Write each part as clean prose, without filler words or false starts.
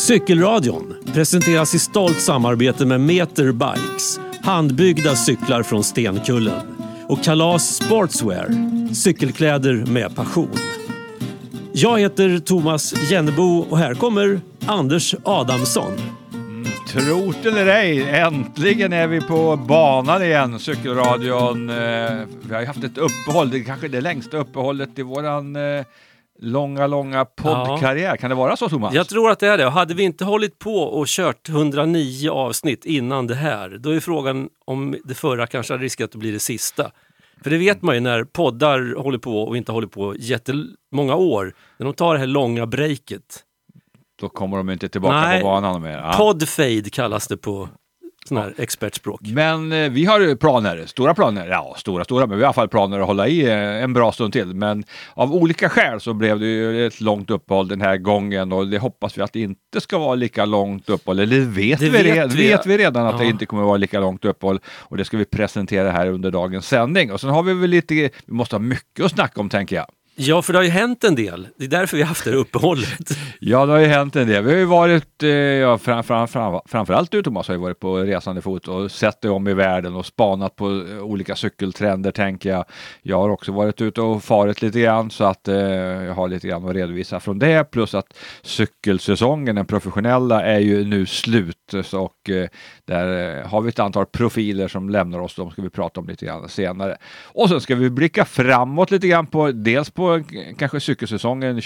Cykelradion presenteras i stolt samarbete med Meter Bikes, handbyggda cyklar från Stenkullen, och Kalas Sportswear, cykelkläder med passion. Jag heter Thomas Jennebo och här kommer Anders Adamsson. Trot eller ej, äntligen är vi på banan igen, Cykelradion. Vi har ju haft ett uppehåll, det är kanske det längsta uppehållet i våran långa poddkarriär. Kan det vara så, Thomas? Jag tror att det är det. Hade vi inte hållit på och kört 109 avsnitt innan det här, då är frågan om det förra kanske har riskerat att bli det sista. För det vet man ju när poddar håller på och inte håller på jättemånga år. När de tar det här långa breaket. Då kommer de inte tillbaka på banan mer. Ja. Podfade kallas det på sån här expertspråk. Men vi har ju planer, stora planer. Ja, stora, men vi har i alla fall planer att hålla i en bra stund till. Men av olika skäl så blev det ju ett långt uppehåll den här gången. Och det hoppas vi att det inte ska vara lika långt uppehåll. Eller vet vi redan att det inte kommer att vara lika långt uppehåll. Och det ska vi presentera här under dagens sändning. Och sen har vi väl vi måste ha mycket att snacka om, tänker jag. Ja, för det har ju hänt en del. Det är därför vi har haft det här uppehållet. Ja, det har ju hänt en del. Vi har ju varit, framförallt du, Thomas, har ju varit på resande fot och sett det om i världen och spanat på olika cykeltrender, tänker jag. Jag har också varit ute och farit lite grann, så att jag har lite grann att redovisa från det. Plus att cykelsäsongen, den professionella, är ju nu slut. Och där har vi ett antal profiler som lämnar oss. De ska vi prata om lite grann senare. Och sen ska vi blicka framåt lite grann på, dels på kanske cykelsäsongen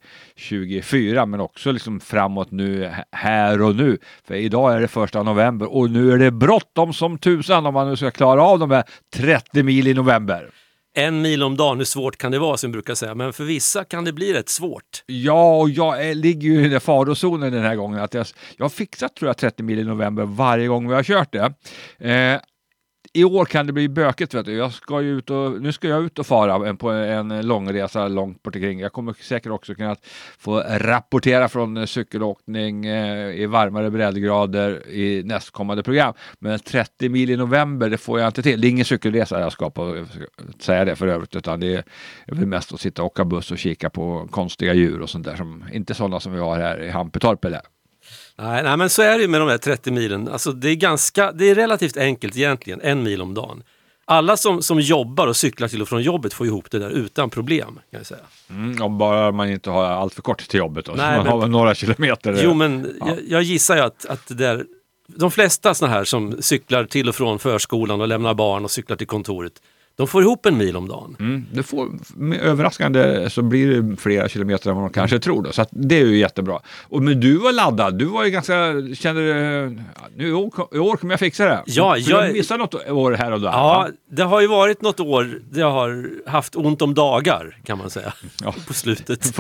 2024, men också liksom framåt nu, här och nu. För idag är det 1 november och nu är det bråttom som tusan om man nu ska klara av de här 30 mil i november. 1 mil om dagen, hur svårt kan det vara, som jag brukar säga. Men för vissa kan det bli rätt svårt. Ja, och jag ligger ju i den farozonen den här gången. Att jag har fixat, tror jag, 30 mil i november varje gång vi har kört det. I år kan det bli bökigt, vet du. Nu ska jag ut och fara på en långresa långt bort omkring. Jag kommer säkert också kunna få rapportera från cykelåkning i varmare breddgrader i nästkommande program. Men 30 mil i november, det får jag inte till. Det är ingen cykelresa jag ska på, säga det för övrigt, utan det är väl mest att sitta och åka buss och kika på konstiga djur och sånt där. Inte sådana som vi har här i Hampetorp eller. Nej, men så är det ju med de här 30 milen. Alltså det är relativt enkelt egentligen, 1 mil om dagen. Alla som jobbar och cyklar till och från jobbet får ihop det där utan problem, kan jag säga. Om bara man inte har allt för kort till jobbet då. Nej, så man har några kilometer. Jo, men ja. jag gissar ju att det där, de flesta såna här som cyklar till och från förskolan och lämnar barn och cyklar till kontoret, de får ihop 1 mil om dagen. Det får, överraskande så blir det flera kilometer än vad de kanske tror då. Så att det är ju jättebra. Men du var laddad. Du var ju kände nu i år kommer jag fixa det. Ja, jag missade något år här och där. Ja, det har ju varit något år där jag har haft ont om dagar, kan man säga. Ja. På slutet.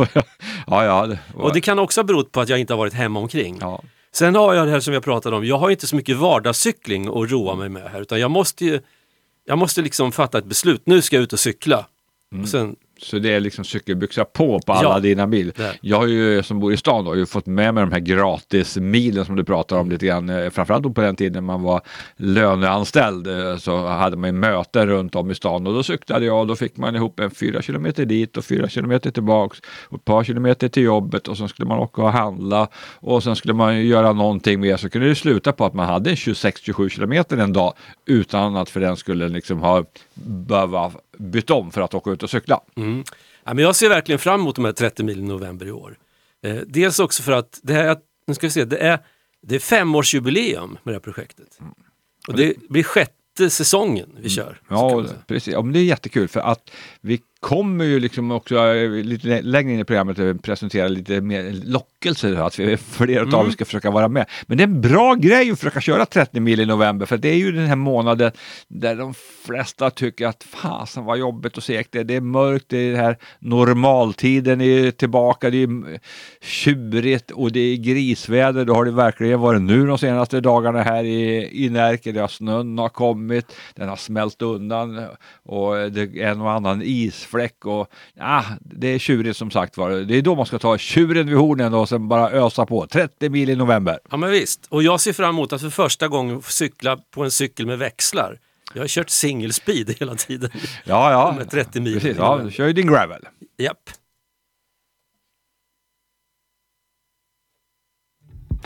Och det kan också ha berott på att jag inte har varit hemma omkring. Ja. Sen har jag det här som jag pratade om. Jag har inte så mycket vardagscykling att roa mig med här, utan jag måste liksom fatta ett beslut. Nu ska jag ut och cykla. Och sen, så det är liksom cykelbyxa på alla dina bil. Jag har ju, som bor i stan då, har ju fått med mig de här gratismilen som du pratar om lite grann. Framförallt på den tiden man var löneanställd, så hade man möten runt om i stan. Och då cyklade jag och då fick man ihop 4 kilometer dit och 4 kilometer tillbaks. Och ett par kilometer till jobbet, och sen skulle man åka och handla. Och sen skulle man göra någonting mer, så kunde det sluta på att man hade 26-27 kilometer en dag utan att för den skulle liksom behöva byta om för att åka ut och cykla. Ja, men jag ser verkligen fram emot de här 30 mil i november i år. Dels också för att det är 5-årsjubileum med det här projektet. Och det blir 6:e säsongen vi kör. Ja, precis. Ja, men det är jättekul, för att vi kommer ju liksom också lite längre in i programmet presentera lite mer lockelser, att vi fler av oss ska försöka vara med. Men det är en bra grej att försöka köra 30 mil i november, för det är ju den här månaden där de flesta tycker att fasen vad jobbigt och segt det är mörkt, det är det här normaltiden är tillbaka, det är tjurigt och det är grisväder. Då har det verkligen varit nu de senaste dagarna här i Närke, där snön har kommit, den har smält undan och det är en och annan isfläck och det är tjurigt som sagt var. Det är då man ska ta tjuren vid hornen och sen bara ösa på 30 mil i november. Ja, men visst. Och jag ser fram emot att för första gången cykla på en cykel med växlar. Jag har kört single speed hela tiden. Ja. Med 30 mil. Precis, ja, du kör ju din gravel. Japp.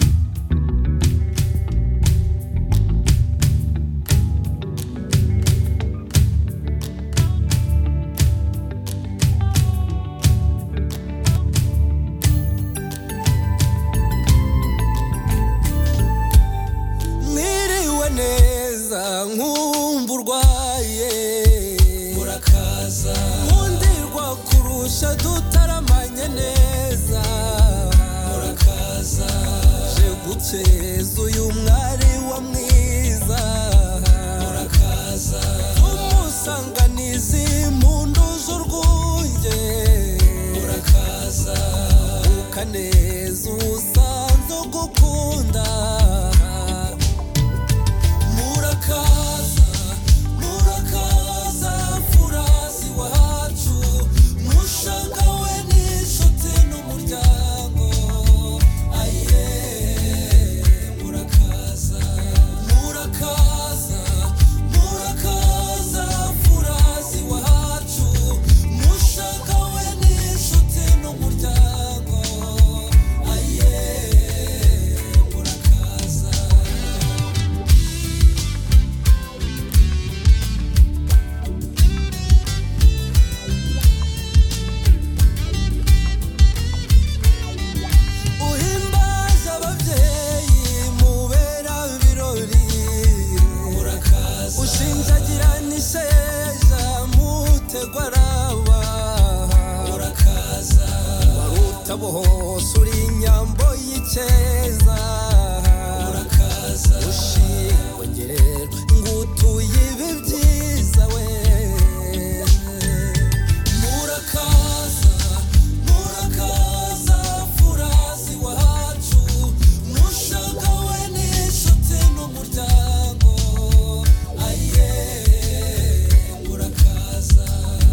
bose uri inyambo y'ikeza urakaza ushingwa ngerero ngutuye ibi byiza we murakaza furazi wacu mushagawe n'inshuti n'umuryango aye murakaza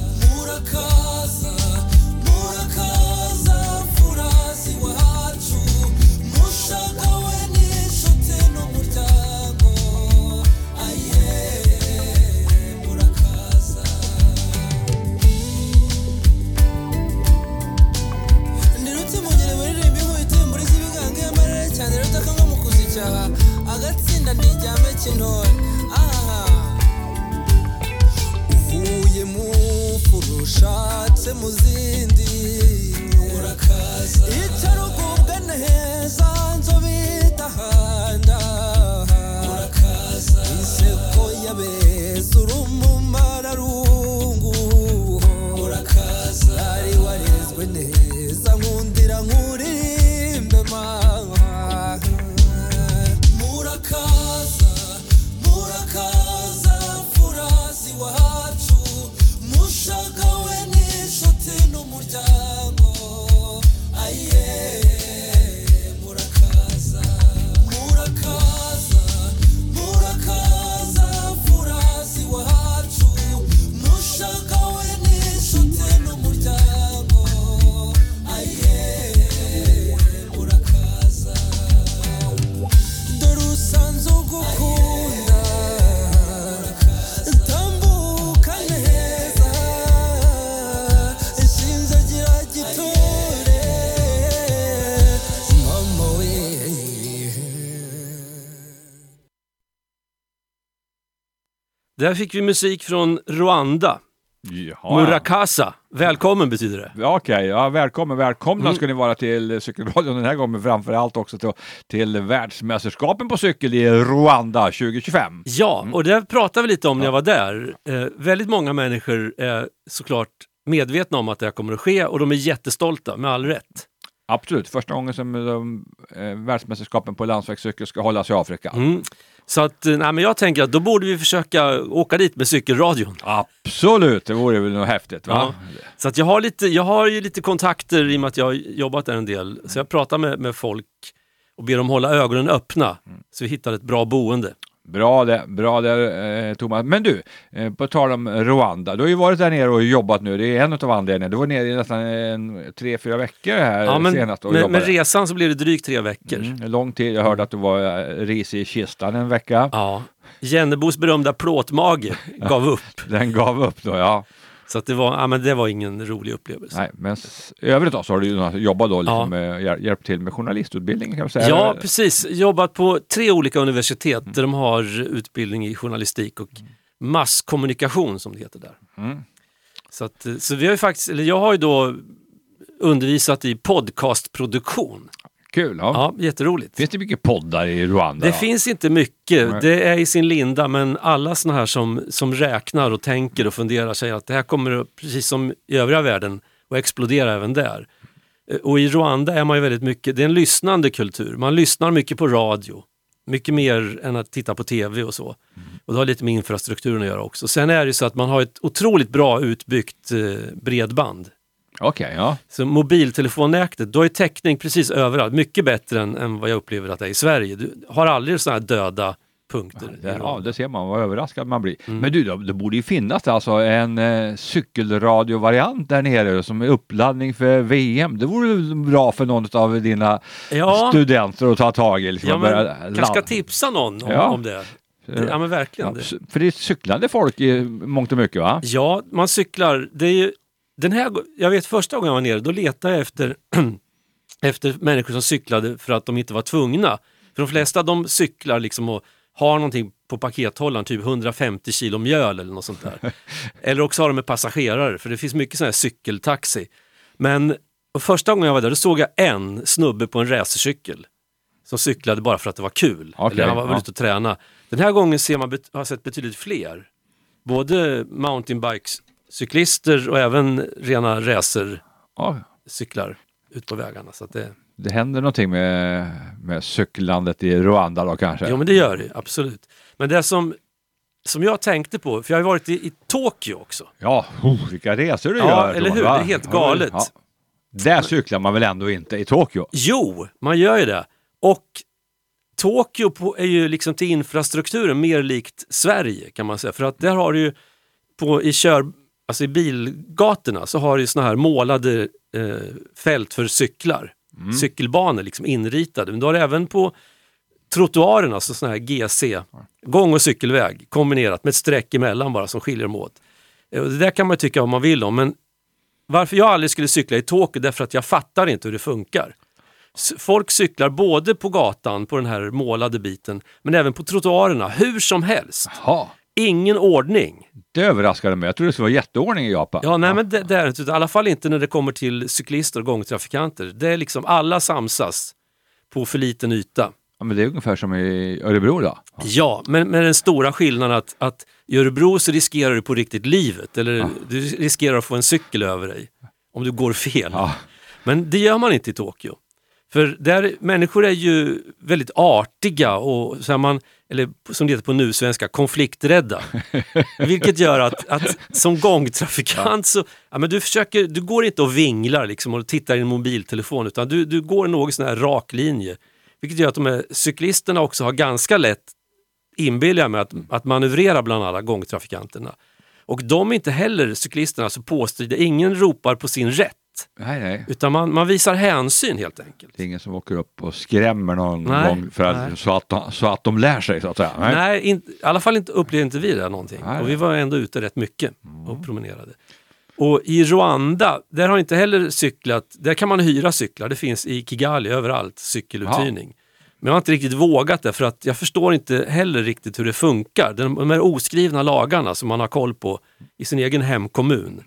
furazi wacu mushagawe n'inshuti n'umuryango aye murakaza ndirutse mugere baririmba inkubito muri z'ibigango y'amarere cyane rutaka nko mu kuzicyaha agatsinda ntiryame cy'intore uvuye mu furushatse mu zindi urakaza itarugubwa neza nzobe idahanda urakaza inseko y'abeza urumumararungu urakaza ari warezwe neza nkundira nkuririmbe mama murakaza furazi wacu mushagawe n'inshuti n'umuryango aye murakaza furazi wacu mushagawe n'inshuti n'umuryango aye murakaza dore usanze ugukunda tambuka neza ishinjagira gitore mama we Där fick vi musik från Rwanda. Jaha. Murakaza. Välkommen betyder det. Ja, okej. Ja, välkomna ska ni vara till Cykelradion den här gången, framförallt också till världsmästerskapen på cykel i Rwanda 2025. Ja, och det pratade vi lite om när jag var där. Väldigt många människor är såklart medvetna om att det här kommer att ske och de är jättestolta, med all rätt. Absolut, första gången som världsmästerskapen på landsvägscykel ska hållas i Afrika. Så att, men jag tänker att då borde vi försöka åka dit med cykelradion. Absolut, det vore väl något häftigt, va? Ja. Så att jag har ju lite kontakter i och med att jag har jobbat där en del. Så jag pratar med folk och ber dem hålla ögonen öppna så vi hittar ett bra boende. Bra där Thomas. Men du, på tal om Rwanda, du har ju varit där nere och jobbat nu. Det är en av anledningarna. Du var nere i nästan 3-4 veckor här senast. Och med resan så blev det drygt 3 veckor. Lång tid. Jag hörde att du var risig i kistan en vecka. Ja, Jennebos berömda plåtmage gav upp. Den gav upp då, ja. Så att det var ingen rolig upplevelse. Nej, men övrigt då så har du ju jobbat då liksom med, hjälpt till med journalistutbildning kan man säga. Ja, precis. Jobbat på 3 olika universitet där de har utbildning i journalistik och masskommunikation som det heter där. Så vi har ju faktiskt, eller jag har ju då undervisat i podcastproduktion. Kul, ja. Jätteroligt. Finns det mycket poddar i Rwanda? Det finns inte mycket. Nej. Det är i sin linda, men alla såna här som räknar och tänker och funderar säger att det här kommer, precis som i övriga världen, att explodera även där. Och i Rwanda är man ju väldigt mycket, det är en lyssnande kultur. Man lyssnar mycket på radio. Mycket mer än att titta på tv och så. Och det har lite med infrastrukturen att göra också. Sen är det ju så att man har ett otroligt bra utbyggt bredband. Okej, ja. Så mobiltelefonnätet, då är täckning precis överallt. Mycket bättre än vad jag upplever att det är i Sverige. Du har aldrig sådana här döda punkter. Ja, det ser man. Vad överraskad man blir. Men du, det borde ju finnas alltså en cykelradiovariant där nere som är uppladdning för VM. Det vore bra för någon av dina studenter att ta tag i. Liksom, kanske ska tipsa någon om det. Ja, men verkligen. Ja, för det är cyklande folk i mångt och mycket, va? Ja, man cyklar. Det är ju jag vet första gången jag var nere, då letade jag efter människor som cyklade för att de inte var tvungna. För de flesta, de cyklar liksom och har någonting på pakethållaren, typ 150 kilo mjöl eller något sånt där. Eller också har de med passagerare, för det finns mycket sån här cykeltaxi. Men första gången jag var där, då såg jag en snubbe på en racercykel som cyklade bara för att det var kul. Okay, eller han var ute och träna. Den här gången har jag sett betydligt fler. Både mountainbikes cyklister och även rena racercyklar. ut på vägarna. Så att det händer någonting med cyklandet i Rwanda då kanske? Jo, men det gör det, absolut. Men det som jag tänkte på, för jag har varit i Tokyo också. Ja, vilka resor du gör. Ja, eller hur? Det är helt galet. Ja. Där cyklar man väl ändå inte i Tokyo? Jo, man gör ju det. Och Tokyo är ju liksom till infrastrukturen mer likt Sverige kan man säga. För att där har du ju i bilgatorna så har du såna här målade fält för cyklar. Cykelbanor liksom inritade. Men du har även på trottoarerna så såna här GC, gång- och cykelväg kombinerat med ett streck emellan bara som skiljer dem åt. Och det där kan man tycka vad man vill om, men varför jag aldrig skulle cykla i Tokyo därför att jag fattar inte hur det funkar. Folk cyklar både på gatan på den här målade biten men även på trottoarerna hur som helst. Aha. Ingen ordning. Det överraskade mig. Jag trodde det skulle vara jätteordning i Japan. Ja, nej, men det är inte. I alla fall inte när det kommer till cyklister och gångtrafikanter. Det är liksom alla samsas på för liten yta. Ja, men det är ungefär som i Örebro då? Ja, men med den stora skillnaden att i Örebro så riskerar du på riktigt livet. Eller du riskerar att få en cykel över dig om du går fel. Ja. Men det gör man inte i Tokyo. För där människor är ju väldigt artiga och så här eller som det heter på nu svenska, konflikträdda. Vilket gör att som gångtrafikant så men du går inte och vinglar liksom och tittar i en mobiltelefon utan du går någon sån här rak linje. Vilket gör att de här cyklisterna också har ganska lätt inbilliga med att manövrera bland alla gångtrafikanterna. Och de är inte heller cyklisterna så påstådda. Ingen ropar på sin rätt. Nej. Utan man visar hänsyn helt enkelt. Det är ingen som åker upp och skrämmer någon gång så att de lär sig så att säga. Nej, i alla fall upplevde inte vi det någonting. Nej. Och vi var ändå ute rätt mycket och promenerade. Och i Rwanda, där har inte heller cyklat, där kan man hyra cyklar. Det finns i Kigali överallt cykeluthyrning. Men jag har inte riktigt vågat det för att jag förstår inte heller riktigt hur det funkar. De här oskrivna lagarna som man har koll på i sin egen hemkommun.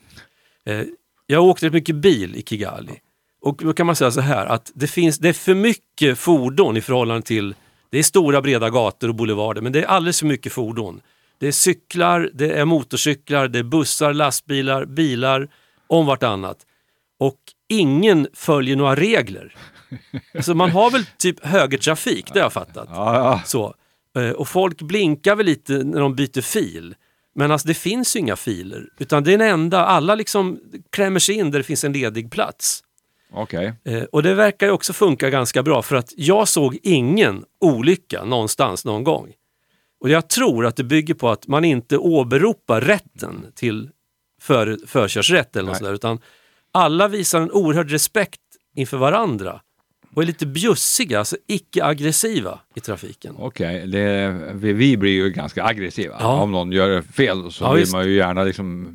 Jag åkte rätt mycket bil i Kigali. Och då kan man säga så här att det är för mycket fordon i förhållande till, det är stora breda gator och boulevarder men det är alldeles för mycket fordon. Det är cyklar, det är motorcyklar, det är bussar, lastbilar, bilar, om vartannat. Och ingen följer några regler. Alltså man har väl typ högertrafik, det har jag fattat. Så. Och folk blinkar väl lite när de byter fil. Men alltså det finns ju inga filer. Utan det är en enda, alla liksom klämmer sig in där det finns en ledig plats. Okej. Och det verkar ju också funka ganska bra för att jag såg ingen olycka någonstans någon gång. Och jag tror att det bygger på att man inte åberopar rätten till förkörsrätt eller något sådär, utan alla visar en oerhörd respekt inför varandra och är lite bjussiga, alltså icke-aggressiva i trafiken. Okej, vi blir ju ganska aggressiva. Ja. Om någon gör fel så vill man ju gärna liksom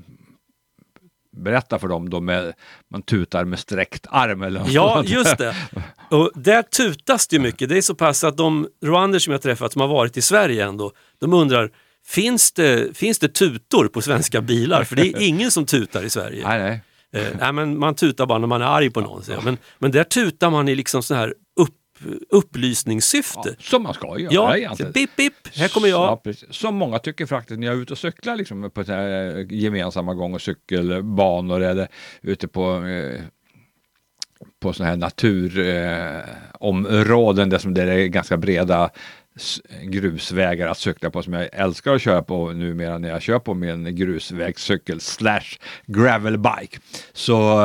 berätta för dem man tutar med sträckt arm eller något. Ja, just det. Och där tutas det ju mycket. Det är så pass att de rwander som jag träffat som har varit i Sverige ändå, de undrar, finns det tutor på svenska bilar? För det är ingen som tutar i Sverige. Nej. Nej, men man tutar bara när man är arg på någon. Men där tutar man i liksom så här upplysningssyfte. Ja, som man ska göra. Ja, egentligen. Bip, här kommer jag. Ja, som många tycker faktiskt när jag är ute och cyklar liksom, på så här gemensamma gång- och cykelbanor eller ute på såna här naturområden där det är ganska breda grusvägar att cykla på som jag älskar att köra på numera när jag kör på min grusvägscykel / gravelbike. Så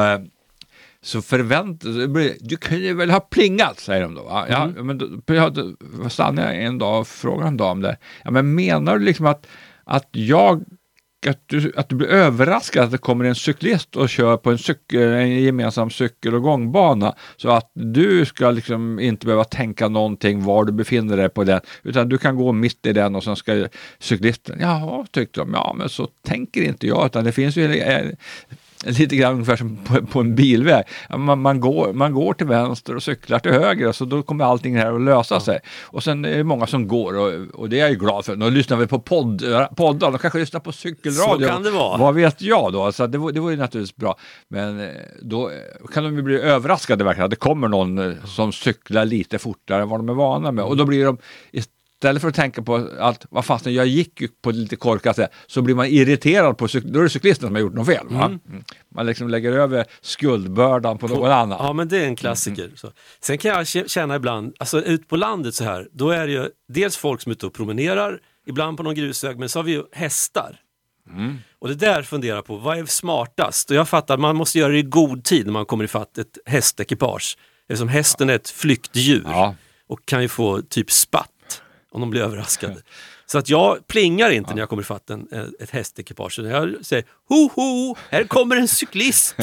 du kan ju väl ha plingat, säger de då. Ja, men då stannade jag en dag och frågade en dam där. Ja, men menar du liksom att du blir överraskad att det kommer en cyklist och kör på en gemensam cykel- och gångbana så att du ska liksom inte behöva tänka någonting var du befinner dig på den, utan du kan gå mitt i den och sen ska cyklisten, ja, tyckte de, ja, men så tänker inte jag, utan det finns ju lite grann ungefär som på en bilväg. Man går till vänster och cyklar till höger, så då kommer allting här att lösa sig. Och sen är det många som går och det är jag ju glad för. Nu lyssnar vi på poddar, de kanske lyssnar på cykelradio. Så kan det vara. Vad vet jag då? Så det var ju naturligtvis bra. Men då kan de ju bli överraskade verkligen att det kommer någon som cyklar lite fortare än vad de är vana med. Och då blir de istället för att tänka på att vad fasen, jag gick ju på lite korkat sätt, så blir man irriterad på då är det cyklisten som har gjort något fel. Va? Man liksom lägger över skuldbördan på någon annan. Ja, men det är en klassiker. Så. Sen kan jag känna ibland, alltså ut på landet så här, då är det ju dels folk som är ute och promenerar, ibland på någon grusväg, men så har vi ju hästar. Och det där funderar på, vad är smartast? Och jag fattar att man måste göra det i god tid när man kommer ifatt ett hästekipage. Eftersom hästen är ett flyktdjur och kan ju få typ spatt om de blir överraskade. Så att jag plingar inte när jag kommer ifatt ett hästekipage. Så jag säger, ho, här kommer en cyklist.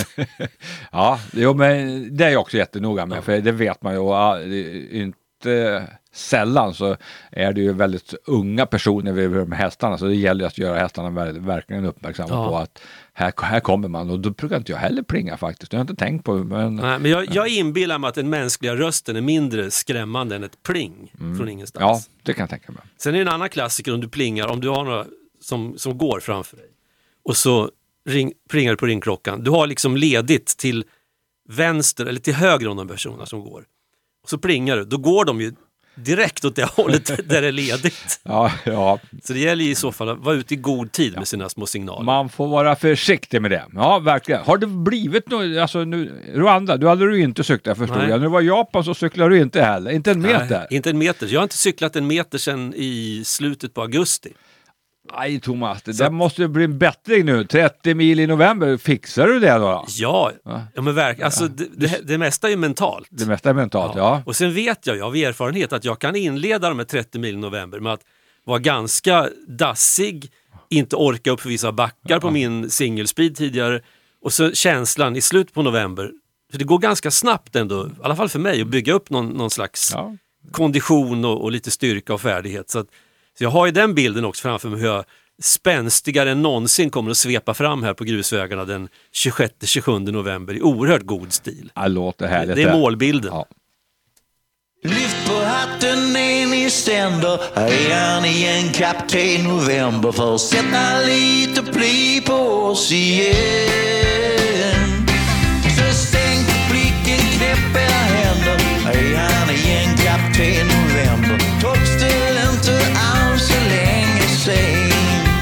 Men det är jag också jättenoga med, för det vet man ju inte sällan så är det ju väldigt unga personer med hästarna, så det gäller att göra hästarna verkligen uppmärksamma på att här kommer man, och då brukar inte jag heller plinga faktiskt. Det har jag inte tänkt på. Men jag inbillar mig att den mänskliga rösten är mindre skrämmande än ett pling från ingenstans. Ja, det kan jag tänka mig. Sen är det en annan klassiker om du plingar, om du har några som går framför dig och så plingar du på ringklockan. Du har liksom ledigt till vänster eller till höger om de personer som går. Och så plingar du, då går de ju direkt åt det hållet där det är ledigt. Ja. Så det gäller i så fall att vara ute i god tid med sina små signaler. Man får vara försiktig med det. Ja, verkligen. Har det blivit något, alltså nu, Rwanda, du hade ju inte cyklat, förstår jag. När du var i Japan så cyklar du inte heller. Inte en meter. Nej, inte en meter. Jag har inte cyklat en meter sedan i slutet på augusti. Nej, Thomas, det måste bli en bättring nu. 30 mil i november, fixar du det då? Ja men verkligen. Alltså, det mesta är ju mentalt. Det mesta är mentalt, ja. Och sen vet jag av erfarenhet att jag kan inleda de här 30 mil i november med att vara ganska dassig, inte orka upp för vissa backar på min single-speed tidigare. Och så känslan i slutet på november, så det går ganska snabbt ändå, i alla fall för mig, att bygga upp någon slags kondition och lite styrka och färdighet. Så jag har ju den bilden också framför mig, hur jag spänstigare än någonsin kommer att svepa fram här på grusvägarna den 26-27 november i oerhört god stil. Det låter härligt. Det är målbilden. Ja. Lyft på hatten, en i ständer, här är han igen, kapten November, för att sätta lite pli på oss igen. Så sänk blicken, knäpp era händer, här är han igen, kapten November, toppställ inte alls så länge sen.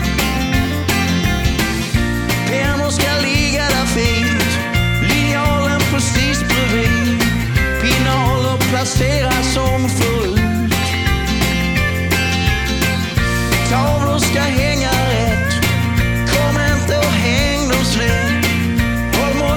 Pennor ska ligga där fint, linjalen precis bredvid, pinaler placeras som förut. Tavlor ska hänga rätt, kom inte och häng dem snett. Håll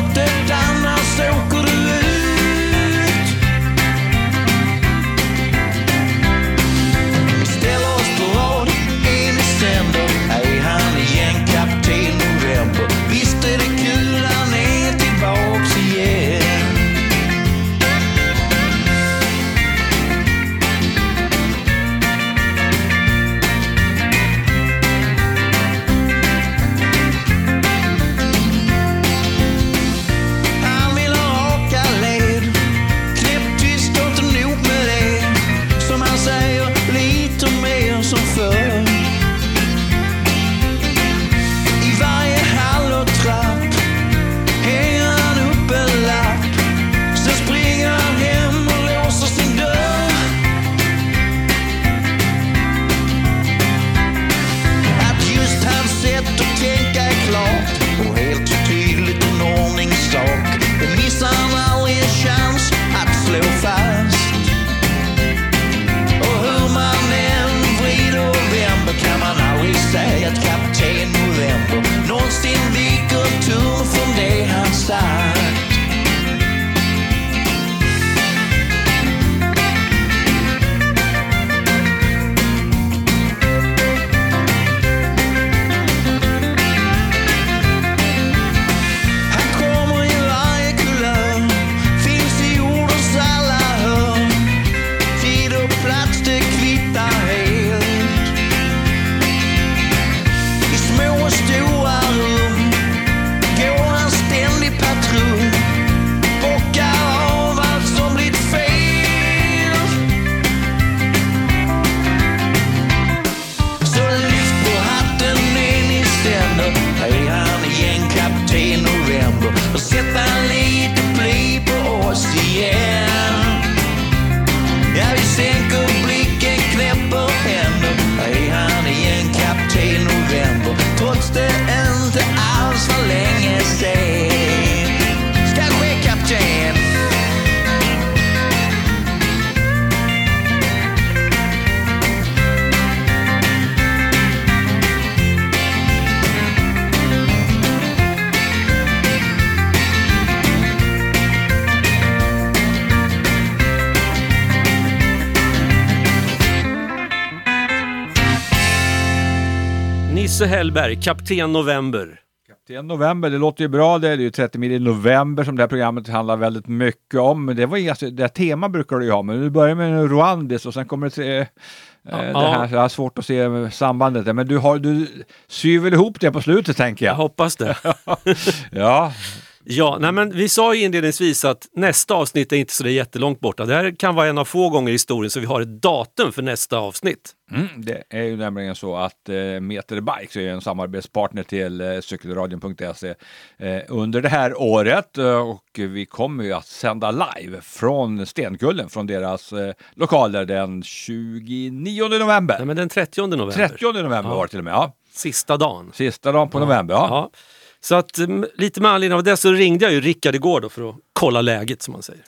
Bosse Hellberg, Kapten November. Kapten November, det låter ju bra. Det är ju 30 mil i november som det här programmet handlar väldigt mycket om. Men det var inga, det här tema brukar du ju ha. Men du börjar med Rwandis och sen kommer det till det här. Jag har svårt att se sambandet. Men du syr väl ihop det på slutet, tänker jag. Jag hoppas det. Ja. Ja, nej, men vi sa ju inledningsvis att nästa avsnitt är inte så jättelångt borta. Det här kan vara en av få gånger i historien så vi har ett datum för nästa avsnitt. Det är ju nämligen så att Meterbikes är en samarbetspartner till cykelradion.se under det här året, och vi kommer ju att sända live från Stenkullen från deras lokaler den 29 november. Nej, men den 30 november. 30 november var det till och med, ja. Sista dagen. Sista dagen på november, ja. Så att lite med anledning av det så ringde jag ju Rickard igår då för att kolla läget, som man säger.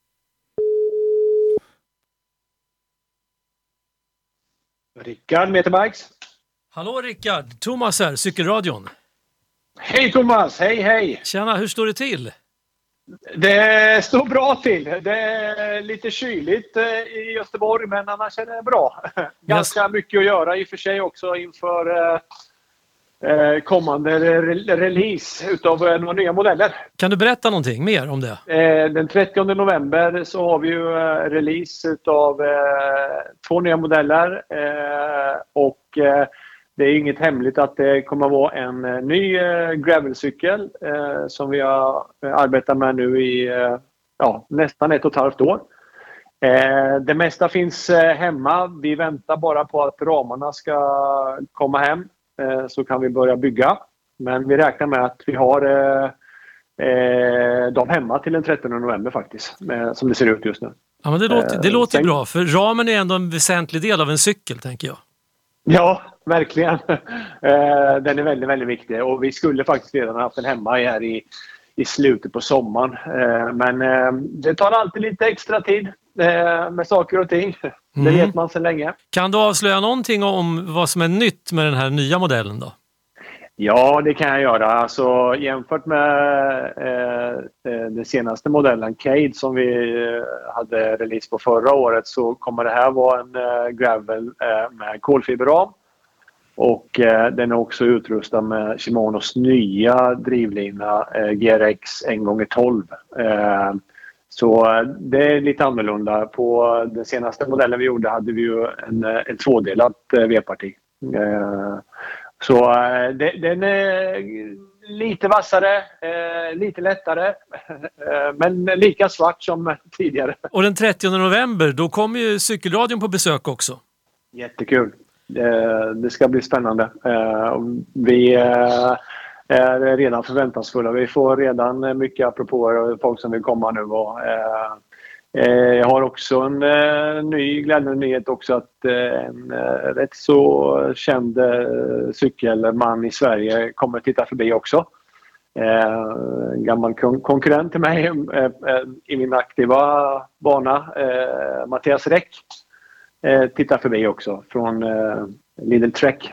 Rickard, Meterbikes. Hallå Rickard, Thomas här, Cykelradion. Hej Thomas, hej. Tjena, hur står det till? Det står bra till. Det är lite kyligt i Göteborg, men annars är det bra. Ganska mycket att göra i och för sig också inför kommande release utav några nya modeller. Kan du berätta någonting mer om det? Den 30 november så har vi ju release utav 2 nya modeller och det är inget hemligt att det kommer att vara en ny gravelcykel som vi har arbetat med nu i nästan 1,5 år. Det mesta finns hemma. Vi väntar bara på att ramarna ska komma hem. Så kan vi börja bygga. Men vi räknar med att vi har dem hemma till den 13 november faktiskt. Som det ser ut just nu. Ja, men det låter bra. För ramen är ändå en väsentlig del av en cykel, tänker jag. Ja, verkligen. Den är väldigt, väldigt viktig. Och vi skulle faktiskt redan ha haft den hemma här i slutet på sommaren. Men det tar alltid lite extra tid med saker och ting. Det vet man sedan länge. Kan du avslöja någonting om vad som är nytt med den här nya modellen då? Ja, det kan jag göra. Alltså, jämfört med den senaste modellen, Cade, som vi hade release på förra året, så kommer det här vara en gravel med kolfiberram. Och den är också utrustad med Shimano's nya drivlina GRX 1x12. Så det är lite annorlunda. På den senaste modellen vi gjorde hade vi ju en tvådelat V-parti. Så den är lite vassare, lite lättare, men lika svart som tidigare. Och den 30 november, då kommer ju Cykelradion på besök också. Jättekul. Det ska bli spännande. Vi är redan förväntansfulla. Vi får redan mycket apropåer och folk som vill komma nu. Jag har också en ny glädjande nyhet också, att en rätt så känd cykelman i Sverige kommer titta förbi också. En gammal konkurrent till mig i min aktiva bana, Mattias Räck, tittar förbi också från Lidl Trek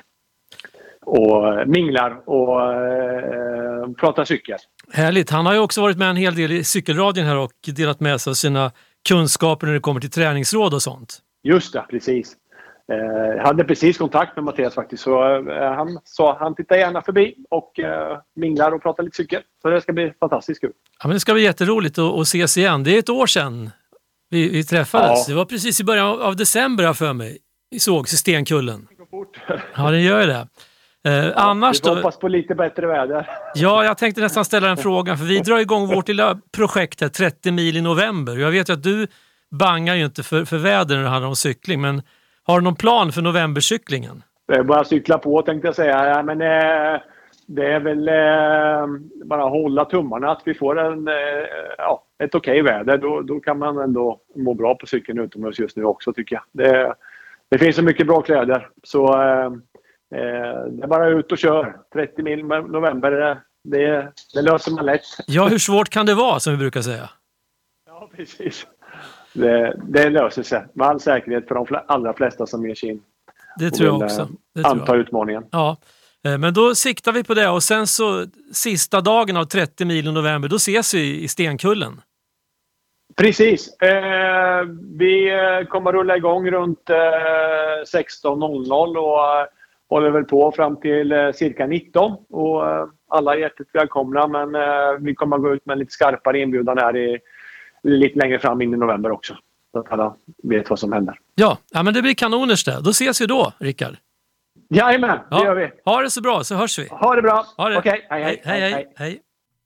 och minglar och pratar cykel. Härligt. Han har ju också varit med en hel del i Cykelradion här och delat med sig av sina kunskaper när det kommer till träningsråd och sånt. Just det, precis. Jag hade precis kontakt med Mattias faktiskt, så han tittar gärna förbi och minglar och pratar lite cykel. Så det ska bli fantastiskt kul. Ja, men det ska bli jätteroligt att ses igen. Det är ett år sedan vi träffades. Ja. Det var precis i början av december här för mig. Vi sågs i Stenkullen. Det går fort. Ja, det gör det. Annars vi hoppas på lite bättre väder. Ja, jag tänkte nästan ställa den frågan, för vi drar igång vårt lilla projekt här, 30 mil i november. Jag vet ju att du bangar ju inte för väder när det handlar om cykling, men har du någon plan för novembercyklingen? Bara cykla på, tänkte jag säga. Ja, men det är väl bara hålla tummarna att vi får ett okej väder. Då kan man ändå må bra på cykeln utomhus just nu också, tycker jag. Det finns så mycket bra kläder, så det är bara ut och kör. 30 mil november, det löser man lätt. Ja, hur svårt kan det vara, som vi brukar säga? Ja, precis. Det löser sig med all säkerhet för de allra flesta som ger sig in. Det tror jag också. Anta utmaningen. Ja, men då siktar vi på det, och sen så sista dagen av 30 mil i november, då ses vi i Stenkullen. Precis. Vi kommer rulla igång runt 16.00 håller väl på fram till cirka 19 och alla är hjärtligt välkomna, men vi kommer att gå ut med lite skarpare inbjudan här lite längre fram in i november också. Så att alla vet vad som händer. Ja, men det blir kanoners det. Då ses vi då, Rickard. Jajamän, det gör vi. Ha det så bra, så hörs vi. Ha det bra. Okej, hej.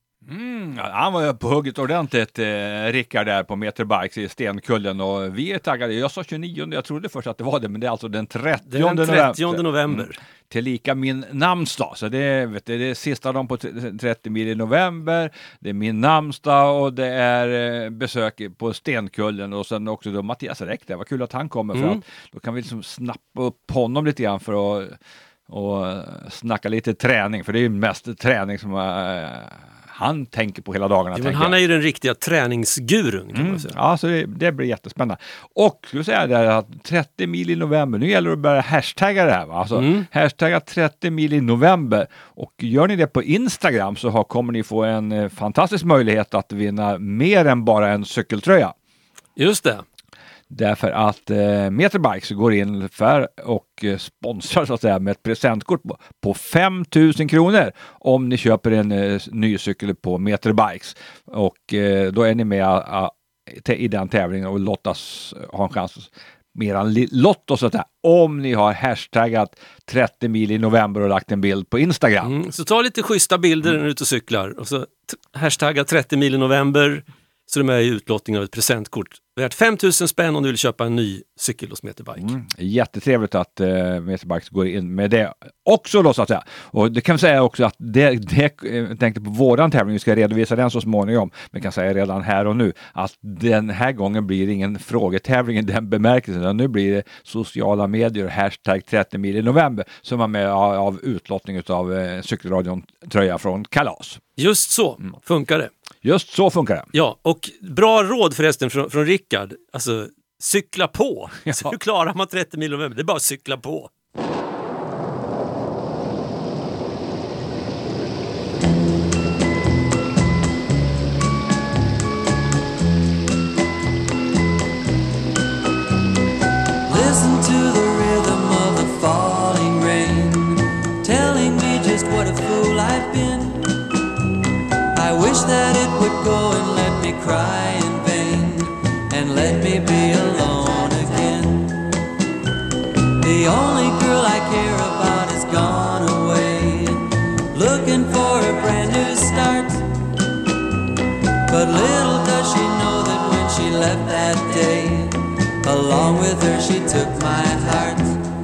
Han var på hugget ordentligt, Rickard där på Meterbikes i Stenkullen, och vi är taggade. Jag sa 29, jag trodde först att det var det, men det är alltså den 30 november. Tillika min namnsdag, så det är sista dagen på 30 mil i november, det är min namnsdag och det är besök på Stenkullen, och sen också då Mattias Räck, det var kul att han kommer för att då kan vi liksom snappa upp honom lite grann för att och snacka lite träning, för det är ju mest träning som han tänker på hela dagarna. Ja, men han är ju den riktiga träningsgurun, kan man säga. Ja, så det blir jättespännande. Och skulle säga det att 30 mil i november, nu gäller det att börja hashtagga det här, va? Alltså hashtagga 30 mil i november, och gör ni det på Instagram så kommer ni få en fantastisk möjlighet att vinna mer än bara en cykeltröja. Just det. Därför att Meterbikes går in för och sponsrar så att säga med ett presentkort på 5 000 kronor om ni köper en ny cykel på Meterbikes. Och då är ni med i den tävlingen och lottas ha en chans med en lott och så där, om ni har hashtaggat 30 mil i november och lagt en bild på Instagram. Så ta lite schyssta bilder när du är ute och cyklar och så hashtagga 30 mil i november. Så de är i utlottning av ett presentkort. Värt 5 000 spänn om du vill köpa en ny cykel hos Meterbike. Jättetrevligt att Meterbikes går in med det också då, så att säga. Och det kan vi säga också att jag tänkte på våran tävling, vi ska redovisa den så småningom, men kan säga redan här och nu att den här gången blir det ingen frågetävling i den bemärkelsen. Nu blir det sociala medier och hashtag 30 mil i november som är med av utlottning av cykelradion tröja från Kalas. Just så funkar det. Just så funkar det. Ja, och bra råd förresten från Rickard. Alltså, cykla på. Ja. Så hur klarar man 30 mil i november? Det är bara att cykla på. Listen to the rhythm of the falling rain, telling me just what a fool I've been. I wish that it would go and let me cry in vain, and let me be alone again. The only girl I care about is gone away, looking for a brand new start. But little does she know that when she left that day, along with her she took my heart.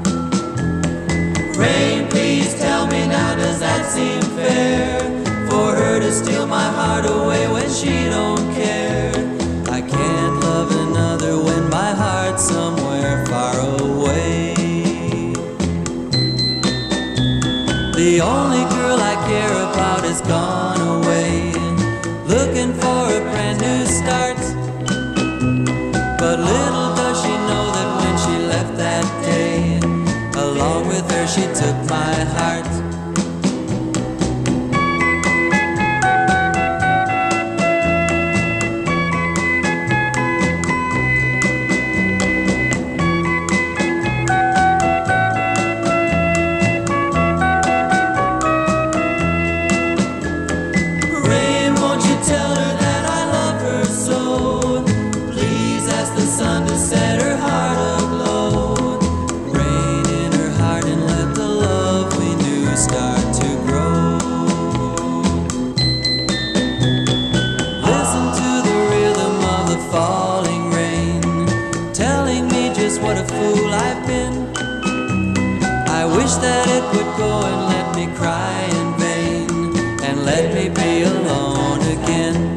Rain, please tell me now, does that seem fair? For her to steal my heart away when she don't care. I can't love another when my heart's somewhere far away. The only girl I care about is gone away, looking for a brand new start. But little does she know that when she left that day, along with her she took my heart. Set her heart aglow, rain in her heart, and let the love we knew start to grow. Listen to the rhythm of the falling rain, telling me just what a fool I've been. I wish that it would go and let me cry in vain, and let me be alone again.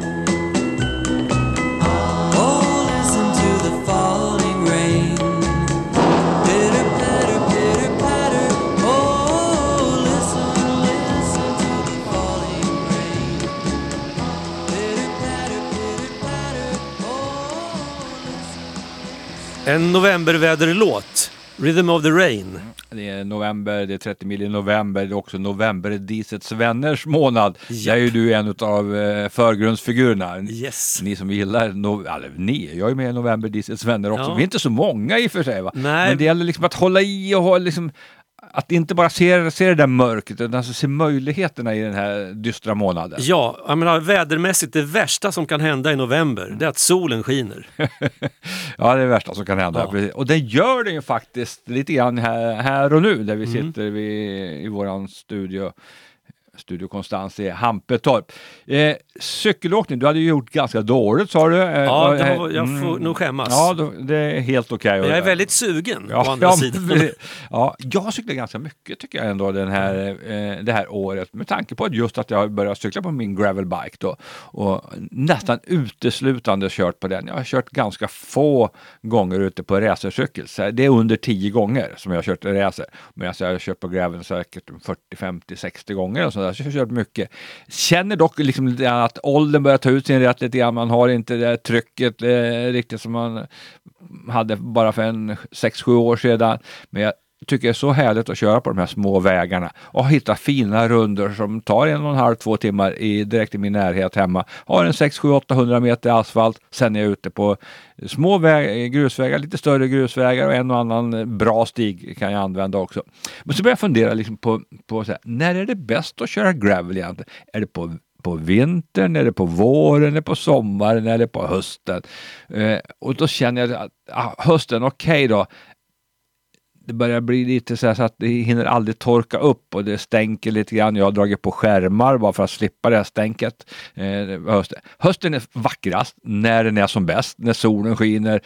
En novemberväderlåt, Rhythm of the Rain. Det är november, det är 30 mil i november, det är också novemberdisets vänners månad. Yep. Där är ju du en av förgrundsfigurerna. Yes. Ni som gillar, jag är med i novemberdisets vänner också. Ja. Vi är inte så många i och för sig, va? Nej. Men det gäller liksom att hålla i och ha liksom att inte bara se det där mörkret utan alltså se möjligheterna i den här dystra månaden. Ja, jag menar, vädermässigt det värsta som kan hända i november det är att solen skiner. Ja, det är det värsta som kan hända. Ja. Och det gör det ju faktiskt lite grann här och nu där vi sitter i våran Studio Konstans i Hampetorp. Cykelåkning, du hade ju gjort ganska dåligt, sa du. Ja, jag får nog skämmas. Ja, det är helt okej. Men jag är väldigt sugen på andra sidan. Ja, jag har cyklat ganska mycket tycker jag ändå det här året. Med tanke på just att jag har börjat cykla på min gravelbike då. Och nästan uteslutande kört på den. Jag har kört ganska få gånger ute på racercykel. Så det är under 10 gånger som jag har kört racer. Men jag har kört på gravel säkert 40, 50, 60 gånger och sådär. Så jag har kört mycket. Känner dock liksom att åldern börjar ta ut sin rätt lite grann. Man har inte det trycket riktigt som man hade bara för 6-7 år sedan. Men jag tycker det är så härligt att köra på de här små vägarna och hitta fina runder som tar 1,5-2 timmar direkt i min närhet hemma. Har en 600-800 meter asfalt, sen är jag ute på små grusvägar, lite större grusvägar och en och annan bra stig kan jag använda också. Men så börjar jag fundera liksom på så här, när är det bäst att köra gravel egentligen? Är det på vintern, är det på våren, är det på sommaren, är det på hösten? Och då känner jag att hösten, okej då. Det börjar bli lite så att det hinner aldrig torka upp och det stänker lite grann. Jag har dragit på skärmar bara för att slippa det här stänket. Hösten är vackrast när den är som bäst. När solen skiner,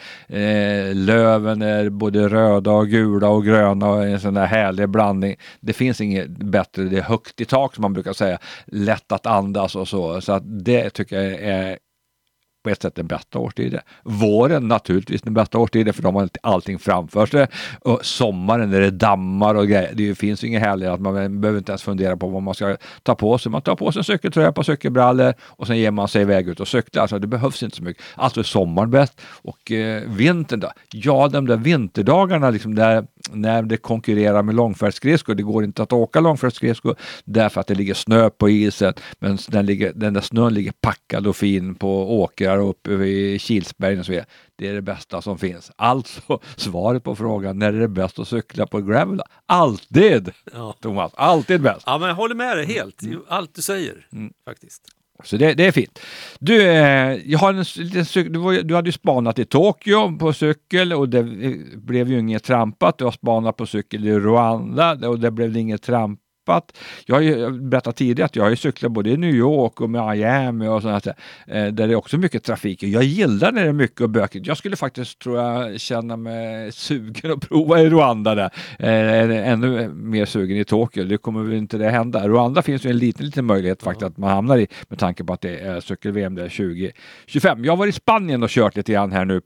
löven är både röda och gula och gröna och en sån där härlig blandning. Det finns inget bättre, det är högt i tak som man brukar säga. Lätt att andas och så. Så att det tycker jag är på ett sätt den bästa årstiden. Våren naturligtvis den bästa årstiden för de har allting framför sig. Och sommaren när det dammar och grejer. Det finns ju inget härligt att man behöver inte ens fundera på vad man ska ta på sig. Man tar på sig en cykeltröja på cykelbrallor och sen ger man sig iväg ut och cyklar. Alltså det behövs inte så mycket. Alltså är sommaren bäst. Och vintern då? Ja, de där vinterdagarna liksom där när det konkurrerar med långfärdsskridskor. Det går inte att åka långfärdsskridskor därför att det ligger snö på isen. Men den där snön ligger packad och fin på åkrar uppe i Kilsbergen och så vidare. Det är det bästa som finns. Alltså, svaret på frågan, när är det bäst att cykla på gravel? Alltid! Ja. Thomas, alltid bäst. Ja, men jag håller med dig helt. Allt du säger, faktiskt. Så det är fint. Du, jag har en liten cykel. Du hade ju spanat i Tokyo på cykel och det blev ju inget trampat. Du har spanat på cykel i Rwanda och det blev inget trampat. Jag har ju berättat tidigare att jag har ju cyklat både i New York och Miami och sådant där det är också mycket trafik. Jag gillar när det är mycket och bökigt. Jag skulle faktiskt, tror jag, känna mig sugen att prova i Rwanda där. Ännu mer sugen i Tokyo. Det kommer väl inte det hända. Rwanda finns ju en liten möjlighet faktiskt att man hamnar i med tanke på att det är cykel-VM där 2025. Jag har varit i Spanien och kört lite grann här nu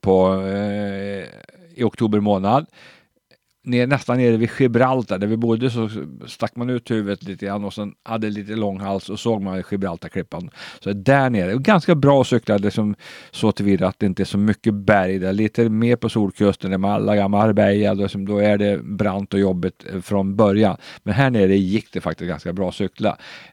i oktober månad. Nästan nere vid Gibraltar där vi bodde så stack man ut huvudet lite grann och sen hade lite lång hals och såg man Gibraltarklippan. Så där nere, och ganska bra cyklar liksom, så tillvida att det inte är så mycket berg där. Lite mer på solkusten där Malaga, Marbella, då är det brant och jobbigt från början. Men här nere gick det faktiskt ganska bra cykla.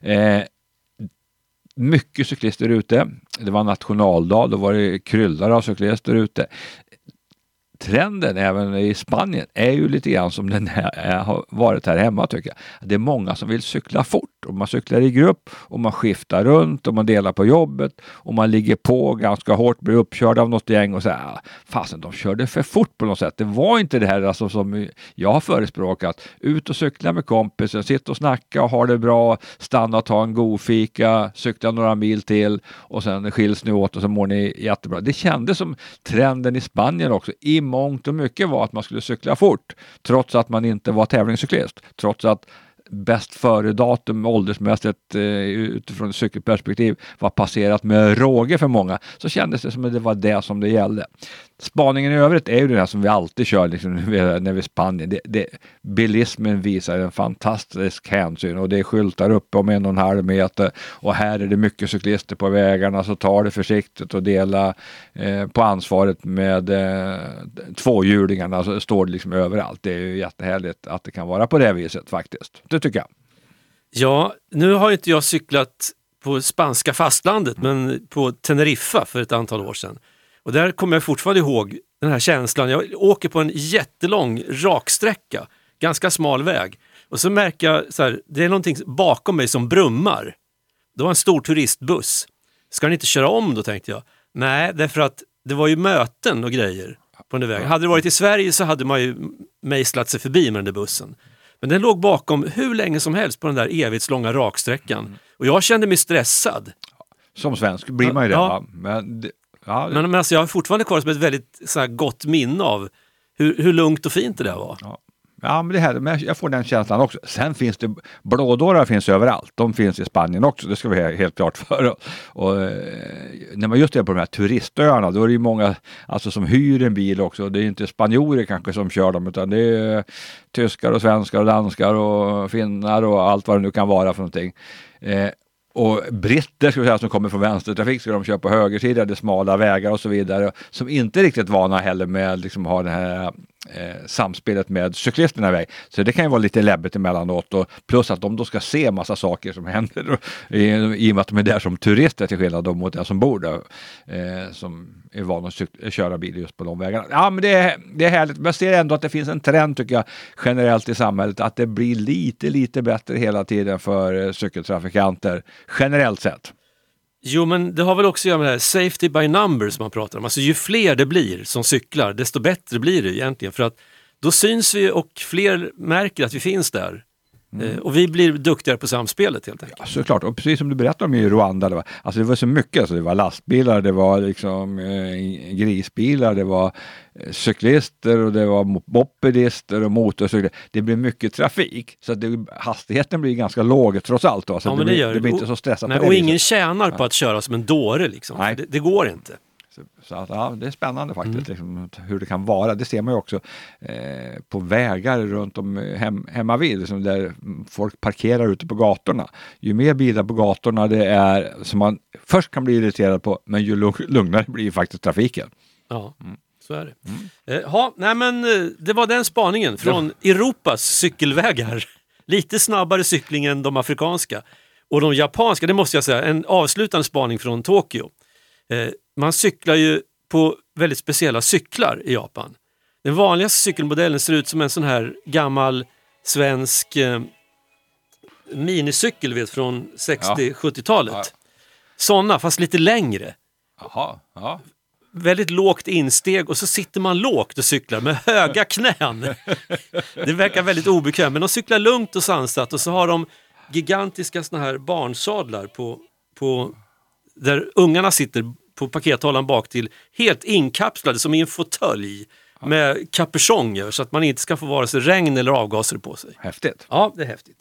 Mycket cyklister ute. Det var nationaldag, då var det kryllar av cyklister ute. Trenden även i Spanien är ju lite grann som den har varit här hemma tycker jag. Det är många som vill cykla fort och man cyklar i grupp och man skiftar runt och man delar på jobbet och man ligger på ganska hårt, blir uppkörd av något gäng och säger fasen de körde för fort på något sätt. Det var inte det här alltså, som jag har förespråkat. Ut och cykla med kompisen, sitta och snacka och ha det bra, stanna och ta en god fika, cykla några mil till och sen skiljs ni åt och så mår ni jättebra. Det kändes som trenden i Spanien också. I mångt och mycket var att man skulle cykla fort trots att man inte var tävlingscyklist. Trots att bäst före datum åldersmässigt utifrån ett cykelperspektiv var passerat med råge för många, så kändes det som att det var det som det gällde. Spaningen i övrigt är ju den här som vi alltid kör liksom, när vi är i Spanien. Bilismen visar en fantastisk hänsyn och det är skyltar upp om 1,5 meter och här är det mycket cyklister på vägarna, så tar det försiktigt och dela på ansvaret med tvåhjulingarna, så står det liksom överallt. Det är ju jättehärligt att det kan vara på det viset faktiskt. Det tycker jag. Ja, nu har inte jag cyklat på spanska fastlandet men på Teneriffa för ett antal år sedan. Och där kommer jag fortfarande ihåg den här känslan. Jag åker på en jättelång raksträcka, ganska smal väg. Och så märker jag så här, det är någonting bakom mig som brummar. Det var en stor turistbuss. Ska den inte köra om då, tänkte jag. Nej, därför att det var ju möten och grejer på den där vägen. Hade det varit i Sverige så hade man ju mejslat sig förbi med den där bussen. Men den låg bakom hur länge som helst på den där evighetslånga raksträckan. Och jag kände mig stressad. Som svensk blir man ju det. Ja. Men alltså, jag har fortfarande kvar som ett väldigt så här, gott minne av hur lugnt och fint det där var. Ja, men jag får den känslan också. Sen finns det, blådårar finns överallt. De finns i Spanien också, det ska vi ha helt klart för. Och när man just är på de här turistöarna, då är det ju många alltså, som hyr en bil också. Det är inte spanjorer kanske som kör dem, utan det är tyskar och svenskar och danskar och finnar och allt vad det nu kan vara för någonting. Och britter ska vi säga, som kommer från vänstertrafik, ska de köra på högersidan, det smala vägar och så vidare, som inte är riktigt vana heller med liksom ha det här samspelet med cyklisterna iväg. Så det kan ju vara lite läbbigt emellanåt, och plus att de då ska se massa saker som händer i och med att de är där som turister till skillnad mot den som bor där som är van att köra bil just på de vägarna. Ja, men det är härligt. Men jag ser ändå att det finns en trend, tycker jag, generellt i samhället, att det blir lite bättre hela tiden för cykeltrafikanter generellt sett. Jo, men det har väl också att göra med det här safety by numbers som man pratar om. Alltså ju fler det blir som cyklar, desto bättre blir det egentligen. För att då syns vi och fler märker att vi finns där. Och vi blir duktigare på samspelet helt enkelt. Ja, såklart. Och precis som du berättade om i Rwanda, det var så mycket. Alltså det var lastbilar, det var liksom grisbilar, det var cyklister och det var mopedister och motorcyklar. Det blir mycket trafik. Så att hastigheten blir ganska låg trots allt. Då. Så ja, det blir inte så stressat. Nej, och ingen tjänar på att köra som en dåre. Liksom. Nej. Det går inte. Så att, ja, det är spännande faktiskt liksom, hur det kan vara. Det ser man ju också på vägar runt om hemma vid, liksom, där folk parkerar ute på gatorna. Ju mer bilar på gatorna det är som man först kan bli irriterad på, men ju lugnare blir faktiskt trafiken. Ja, så är det. Det var den spaningen från Europas cykelvägar. Lite snabbare cykling än de afrikanska. Och de japanska, det måste jag säga, en avslutande spaning från Tokyo. Man cyklar ju på väldigt speciella cyklar i Japan. Den vanligaste cykelmodellen ser ut som en sån här gammal svensk minicykel från 60-70-talet. Ja. Såna, fast lite längre. Jaha, ja. Väldigt lågt insteg och så sitter man lågt och cyklar med höga knän. Det verkar väldigt obekvämt, men de cyklar lugnt och sansat, och så har de gigantiska såna här barnsadlar på där ungarna sitter på pakethållaren bak till, helt inkapslade som i en fåtölj med kapuchonger, så att man inte ska få vare sig regn eller avgaser på sig. Häftigt. Ja, det är häftigt.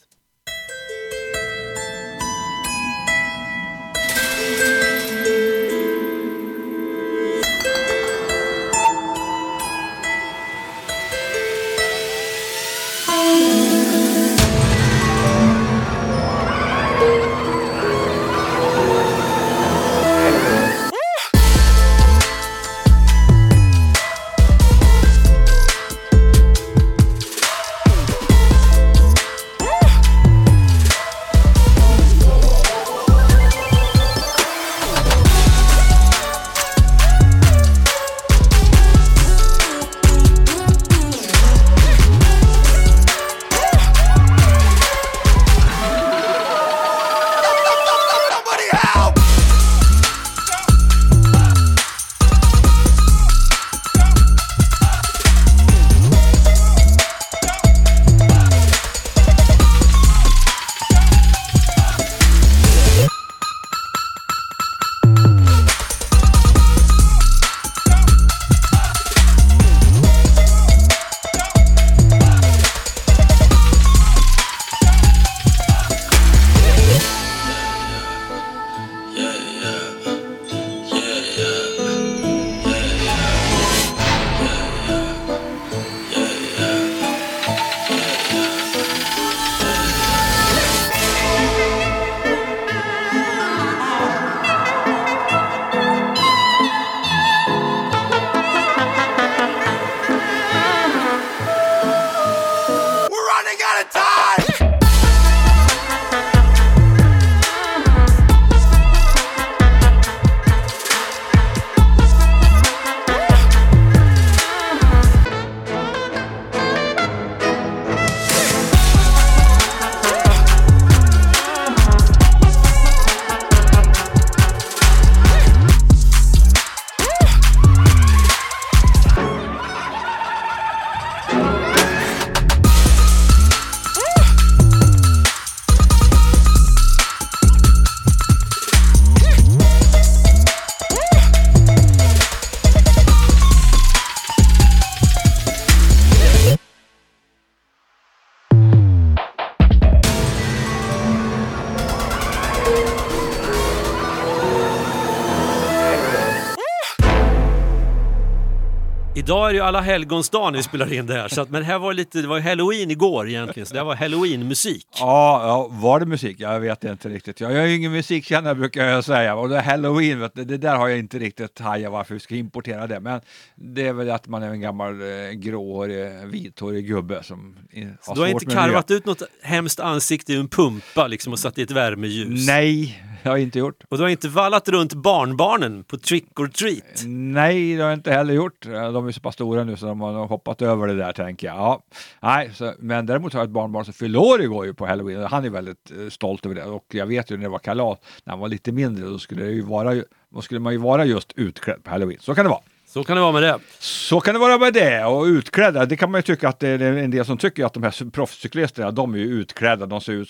Idag är det ju alla helgonsdagen vi spelar in det här. Så att, men här var det var Halloween igår egentligen. Så det var Halloween-musik. Ja, var det musik? Jag vet inte riktigt. Jag är ju ingen musikkännare brukar jag säga. Och det Halloween, vet du, det där har jag inte riktigt hajat varför vi ska importera det. Men det är väl att man är en gammal gråhårig, vithårig gubbe som så du har inte karvat ut något hemskt ansikte i en pumpa liksom, och satt i ett värmeljus? Nej, jag har inte gjort. Och du har inte vallat runt barnbarnen på trick or treat? Nej, det har jag inte heller gjort. De är så pass stora nu så de har hoppat över det där, tänker jag. Ja. Nej, men däremot har jag ett barnbarn som fyller år igår ju på Halloween. Han är väldigt stolt över det. Och jag vet ju när det var kalas, när han var lite mindre, då skulle man ju vara just utklädd på Halloween. Så kan det vara. Så kan det vara med det. Så kan det vara med det. Och utklädda, det kan man ju tycka att det är en del som tycker att de här proffscyklisterna, de är ju utklädda. De ser ut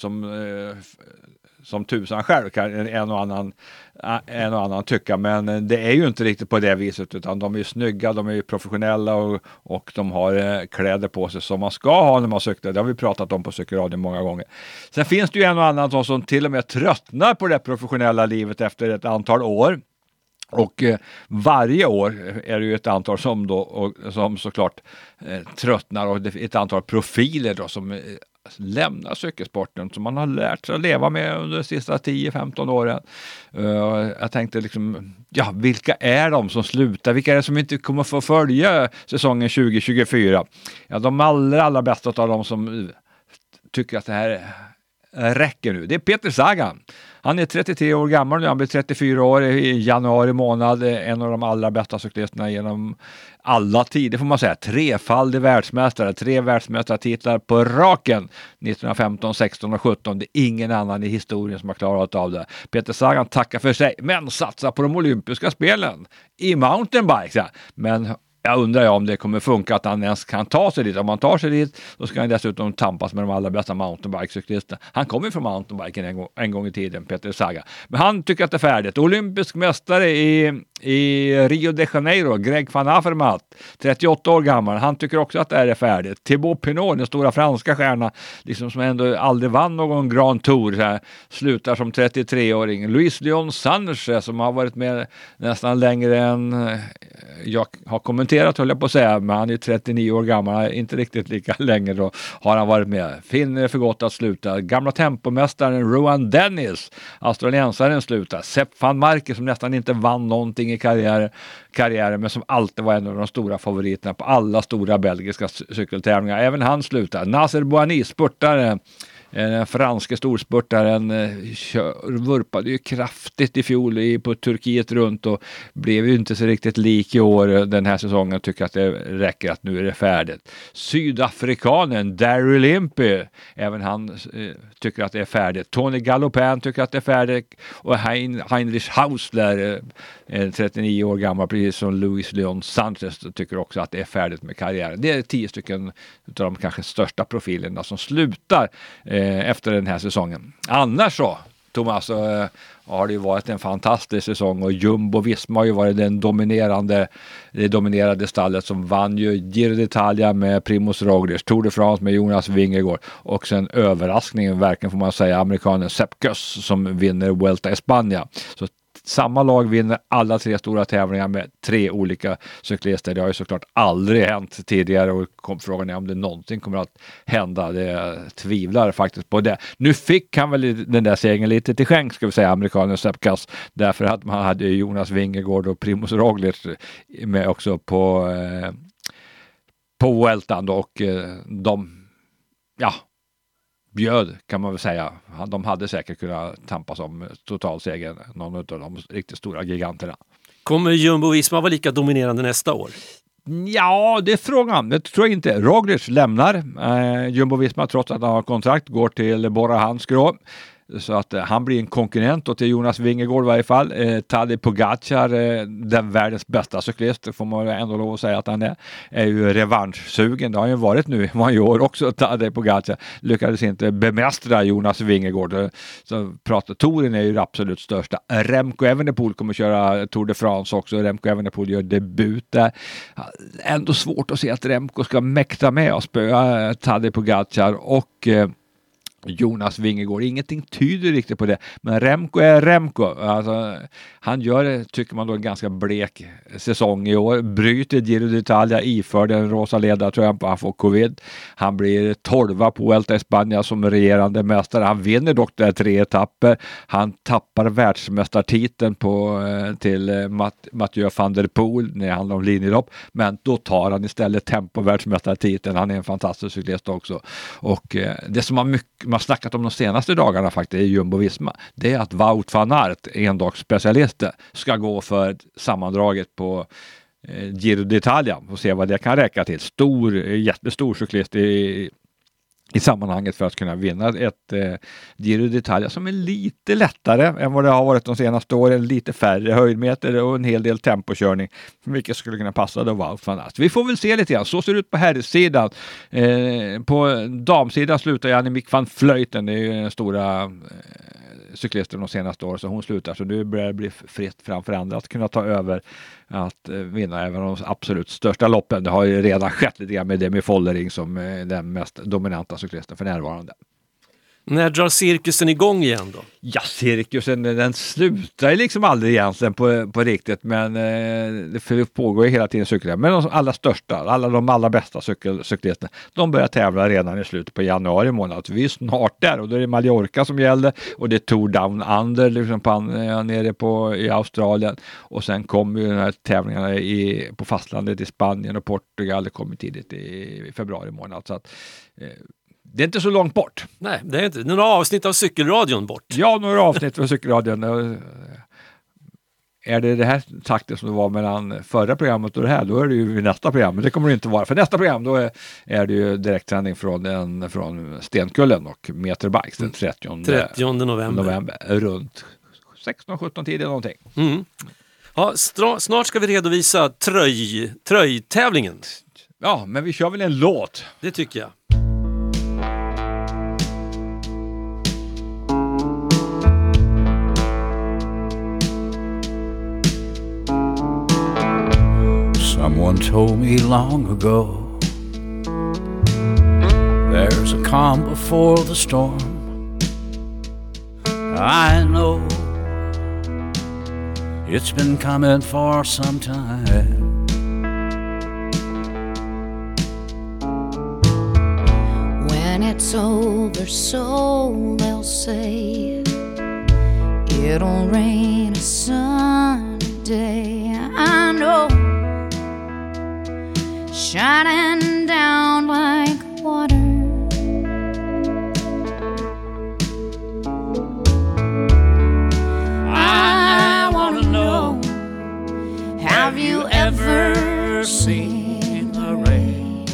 som tusan själv, kan en och annan tycka, men det är ju inte riktigt på det viset, utan de är ju snygga, de är ju professionella och de har kläder på sig som man ska ha när man cyklar. Det har vi pratat om på Cykelradion många gånger. Sen finns det ju en och annan som till och med tröttnar på det professionella livet efter ett antal år. Och varje år är det ju ett antal som såklart tröttnar, och det är ett antal profiler då som lämna cykelsporten som man har lärt sig att leva med under de sista 10-15 åren. Jag tänkte liksom, vilka är de som slutar? Vilka är det som inte kommer få följa säsongen 2024? Ja, de allra bästa av dem som tycker att det här räcker nu. Det är Peter Sagan. Han är 33 år gammal nu, han blir 34 år i januari månad. En av de allra bästa cyklisterna genom alla tider får man säga. Trefaldig världsmästare, 3 världsmästartitlar på raken 1915, 16 och 17. Det är ingen annan i historien som har klarat av det. Peter Sagan tackar för sig, men satsar på de olympiska spelen i mountainbike. Ja. Men jag undrar om det kommer funka att han ens kan ta sig dit. Om man tar sig dit, då ska han dessutom tampas med de allra bästa mountainbike-cyklisterna. Han kommer från mountainbiken en gång i tiden, Peter Sagan. Men han tycker att det är färdigt. Olympisk mästare i Rio de Janeiro, Greg van Avermaet, 38 år gammal. Han tycker också att det är färdigt. Thibaut Pinot, den stora franska stjärna, liksom som ändå aldrig vann någon Grand Tour, här, slutar som 33-åring. Luis Leon Sanchez, som har varit med nästan längre än jag har kommenterat, höll jag på att säga, men han är 39 år gammal, inte riktigt lika länge då har han varit med. Finner det för gott att sluta. Gamla tempomästaren Rowan Dennis, australiensaren, slutar. Sepp van Marke, som nästan inte vann någonting i karriären, men som alltid var en av de stora favoriterna på alla stora belgiska cykeltävlingar. Även han slutar. Nasser Boani, spurtare, den franske storspurtaren, vurpade ju kraftigt i fjol på Turkiet runt och blev ju inte så riktigt lik i år den här säsongen. Tycker att det räcker, att nu är det färdigt. Sydafrikanen Daryl Impey, även han tycker att det är färdigt. Tony Galopin tycker att det är färdigt, och Heinrich Hausler, 39 år gammal, precis som Luis Leon Sanchez, tycker också att det är färdigt med karriären. Det är 10 stycken av de kanske största profilerna som slutar efter den här säsongen. Annars så, Thomas, har det ju varit en fantastisk säsong, och Jumbo Visma har ju varit det dominerade stallet som vann ju Giro d'Italia med Primoz Roglic, Tour de France med Jonas Vingegaard, och sen överraskningen verkligen får man säga, amerikanen Sepp Kuss som vinner Vuelta i Spanien. Så samma lag vinner alla 3 stora tävlingar med 3 olika cyklister. Det har ju såklart aldrig hänt tidigare, och frågan är om det någonsin kommer att hända. Det tvivlar faktiskt på det. Nu fick han väl den där segern lite till skänk, ska vi säga, amerikanen Sepp Kuss, därför att man hade Jonas Vingegaard och Primoz Roglic med också på Vueltan, och de bjöd, kan man väl säga. De hade säkert kunnat tampas om totalsegern, någon av de riktigt stora giganterna. Kommer Jumbo Visma vara lika dominerande nästa år? Ja, det är frågan. Det tror jag inte. Roglic lämnar Jumbo Visma trots att han har kontrakt, går till Bora Hansgrohe. Så att han blir en konkurrent till Jonas Vingegaard i varje fall. Tadej Pogacar, den världens bästa cyklist, får man ändå lov att säga att han är ju revanschsugen. Det har ju varit nu i år också. Tadej Pogacar lyckades inte bemästra Jonas Vingegaard. Så Touren är ju det absolut största. Remco Evenepoel kommer köra Tour de France också. Remco Evenepoel gör debut där. Ändå svårt att se att Remco ska mäkta med och spöa Tadej Pogacar, och Jonas Vingegård. Ingenting tyder riktigt på det. Men Remco är Remco. Alltså, han gör, tycker man då, en ganska blek säsong i år. Bryter Giro d'Italia, iför den rosa ledartröjan på, han får covid. Han blir 12 på Vuelta i Spanien som regerande mästare. Han vinner dock där 3 etapper. Han tappar världsmästartiteln till Mathieu van der Poel när det handlar om linjelopp. Men då tar han istället tempo-världsmästartiteln. Han är en fantastisk cyklist också. Och det som man snackat om de senaste dagarna faktiskt i Jumbo-Visma, det är att Wout van Aert, endagsspecialisten, ska gå för sammandraget på Giro d'Italia och se vad det kan räcka till. Jättestor cyklist i sammanhanget för att kunna vinna ett Giro d'Italia som är lite lättare än vad det har varit de senaste åren. Lite färre höjdmeter och en hel del tempokörning, vilket skulle kunna passa då Wout van Aert. Vi får väl se lite grann. Så ser det ut på herrsidan. På damsidan slutar Annemiek van Vleuten. Det är ju den stora cyklisten de senaste åren, så hon slutar. Så nu börjar det bli fritt framför andra att kunna ta över att vinna även de absolut största loppen. Det har ju redan skett lite grann med Demi Follering som den mest dominanta cyklisten för närvarande. När drar cirkusen igång igen då? Ja, cirkusen den slutar ju liksom aldrig egentligen på riktigt, men det pågår ju hela tiden cyklar. Men de allra största, de allra bästa cyklisterna, de börjar tävla redan i slutet på januari månad. Vi är snart där och då är det Mallorca som gäller och det är Tour Down Under liksom nere i Australien. Och sen kommer ju de här tävlingarna på fastlandet i Spanien och Portugal. Det kommer tidigt i februari månad, så att det är inte så långt bort. Nej, det är inte. Några avsnitt av cykelradion bort. Ja, några avsnitt av cykelradion. Är det här takten som det var mellan förra programmet och det här, då är det ju nästa program. Men det kommer det inte vara. För nästa program då är det ju direktsändning från Stenkullen och Meterbikes den 30 november. Runt 16-17 tider någonting. Mm. Ja, snart ska vi redovisa tröjtävlingen. Ja, men vi kör väl en låt. Det tycker jag. Someone told me long ago, there's a calm before the storm. I know it's been coming for some time. When it's over, so they'll say, it'll rain a sunny day. I know, shining down like water. I want to know, have you ever seen the rain?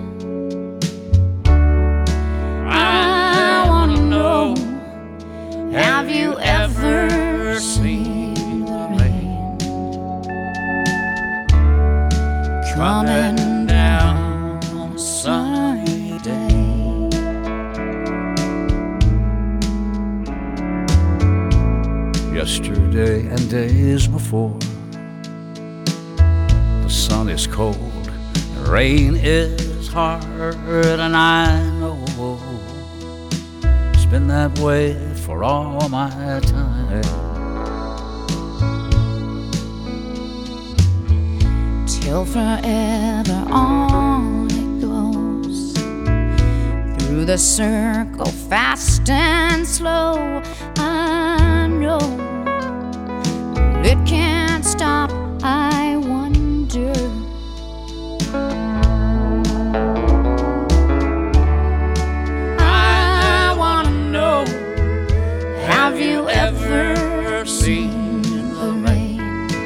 I want to know, have you ever seen the rain? Coming down on a sunny day. Yesterday and days before, the sun is cold, the rain is hard, and I know it's been that way for all my time. Till forever on it goes, through the circle fast and slow. I know it can't stop, I wonder. I want to know, have you ever seen the rain?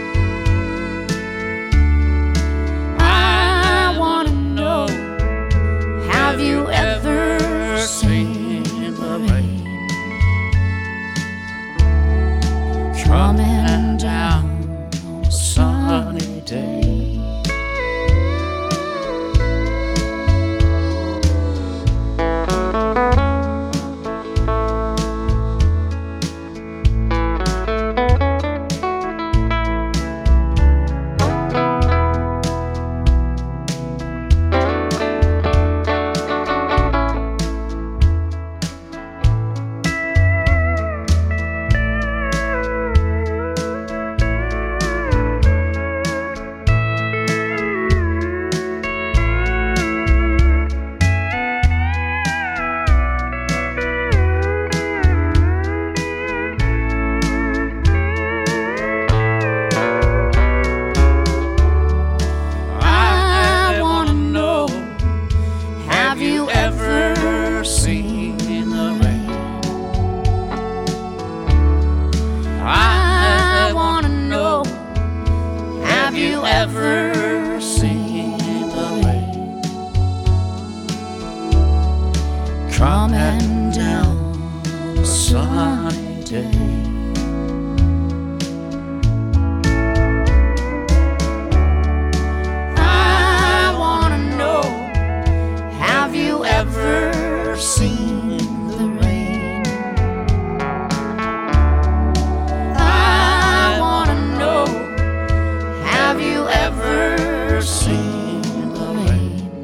I want to know, have you ever seen the rain? Coming down on a you ever seen the rain coming down a sunny day? I wanna know, have you ever seen the rain? I wanna know, have you ever seen the rain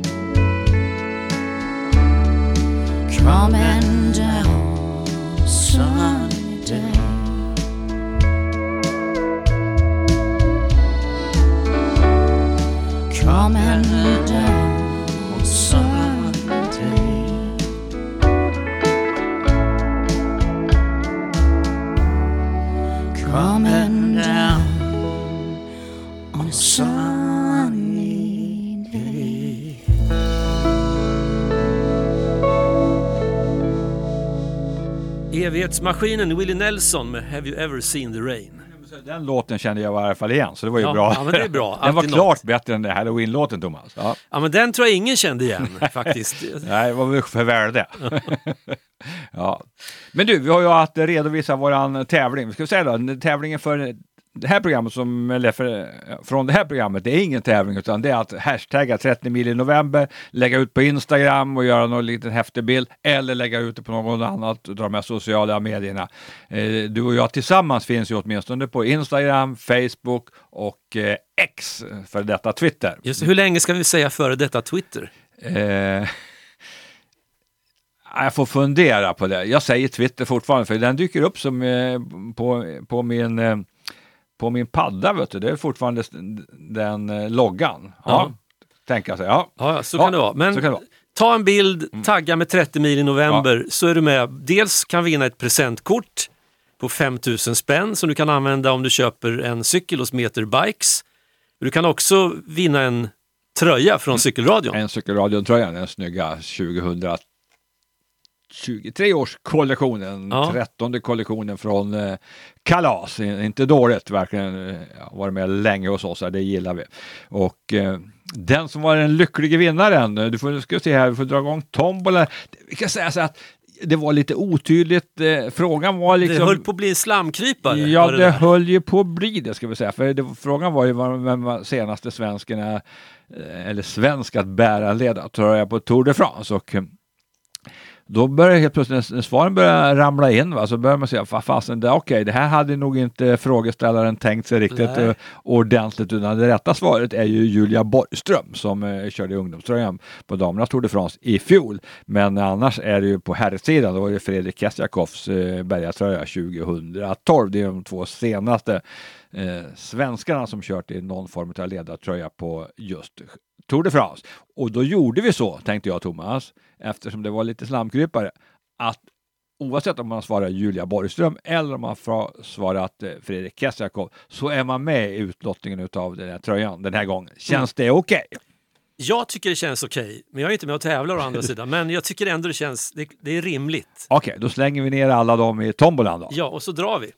coming down a sunny day? Coming down a sunny day. Coming down on a sunny day. Evighetsmaskinen Willie Nelson med Have You Ever Seen the Rain? Den låten kände jag i alla fall igen, så det var ju bra. Ja, men det är bra. Den var klart bättre än den Halloween-låten, Thomas. Ja, men den tror jag ingen kände igen faktiskt. Nej, det var väl för väl det. Ja. Men du, vi har ju att redovisa våran tävling. Vi ska säga då, tävlingen för det här programmet från det här programmet, det är ingen tävling, utan det är att hashtagga 30 mil i november, lägga ut på Instagram och göra någon liten häftig bild, eller lägga ut det på något annat och dra med sociala medierna. Du och jag tillsammans finns ju åtminstone på Instagram, Facebook och X, för detta Twitter. Just, hur länge ska vi säga före detta Twitter? Jag får fundera på det. Jag säger Twitter fortfarande, för den dyker upp som på min padda, vet du. Det är fortfarande den loggan. Ja. Tänker jag säga. Ja, så kan det vara. Men kan det vara. Ta en bild, tagga med 30 mil i november, så är du med. Dels kan vi vinna ett presentkort på 5 000 spänn som du kan använda om du köper en cykel hos Meter Bikes. Du kan också vinna en tröja från Cykelradion. En Cykelradion-tröja, den snygga 2023 års kollektionen, 13:e kollektionen från Kalas. Inte dåligt, verkligen. Varit med länge hos oss här, det gillar vi. Och den som var den lyckliga vinnaren, du får se här, vi får dra igång tombola. Vi kan säga så att det var lite otydligt. Frågan var liksom... Det höll på att bli en slamkrypare. Ja, det höll ju på att bli det, ska vi säga. För frågan var ju vem var senaste svensken eller svensk att bära en ledartröja på Tour de France. Och då börjar helt plötsligt när svaren börjar ramla in, va, så börjar man säga, fasen, det här hade nog inte frågeställaren tänkt sig riktigt ordentligt, utan det rätta svaret är ju Julia Borgström som körde ungdomströjan på damernas Tour de France i fjol. Men annars är det ju på herrsidan, då var det Fredrik Kessiakovs bergatröja 2012. Det är de två senaste svenskarna som kört i någon form av ledartröja på just Tour de France. Och då gjorde vi så, tänkte jag, Thomas, eftersom det var lite slamkrypare, att oavsett om man svarar Julia Borgström eller om man svarat Fredrik Kessiakov, så är man med i utlottningen av den här tröjan den här gången. Känns det okej? Jag tycker det känns okej, men jag är inte med och tävlar å andra sidan. Men jag tycker ändå det känns, det är rimligt. Okej, då slänger vi ner alla dem i tombolan då. Ja, och så drar vi.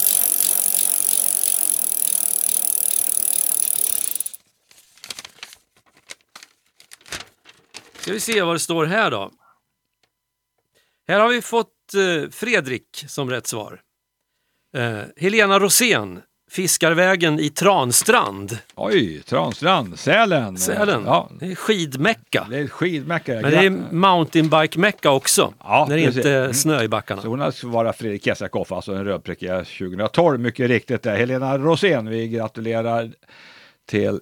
Ska vi se vad det står här då. Här har vi fått Fredrik som rätt svar. Helena Rosén, Fiskarvägen i Transtrand. Oj, Transtrand, Sälen. Ja. Det är skidmäcka. Det är skidmäcka. Men det är mountainbike-mäcka också. Ja, när det inte är snö i backarna. Så hon har vara Fredrik Kessiakov, alltså en rödpricka 2012. Mycket riktigt där. Helena Rosén, vi gratulerar till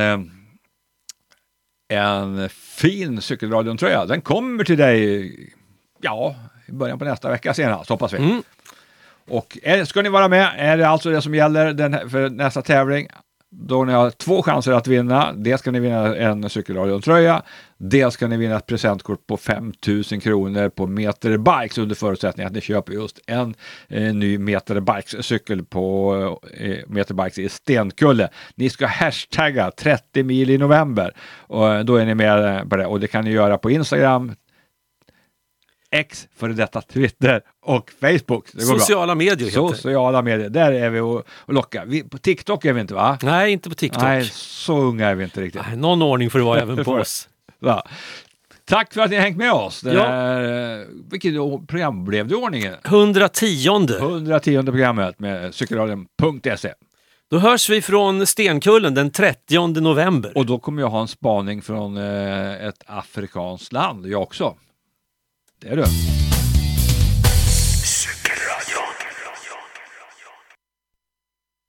en fin Cykelradion-tröja. Den kommer till dig i början på nästa vecka senast, hoppas vi. Och ska ni vara med, är det alltså det som gäller för nästa tävling. Då ni har 2 chanser att vinna. Dels ska ni vinna en Cykelradion-tröja. Dels ska ni vinna ett presentkort på 5 000 kronor på Meter Bikes, under förutsättning att ni köper just en ny Meter Bikes-cykel på Meter Bikes i Stenkulle. Ni ska hashtagga 30 mil i november. Och då är ni med på det. Och det kan ni göra på Instagram. X, före detta Twitter och Facebook. Det går sociala medier heter det. Sociala medier, där är vi och lockar. På TikTok är vi inte, va? Nej, inte på TikTok. Nej, så unga är vi inte riktigt. Nej, någon ordning får det vara även på oss. Ja. Tack för att ni har hängt med oss. Vilket program blev det i ordningen? 110 programmet med cykelradion.se. Då hörs vi från Stenkullen den 30 november. Och då kommer jag ha en spaning från ett afrikanskt land, jag också. Det är du.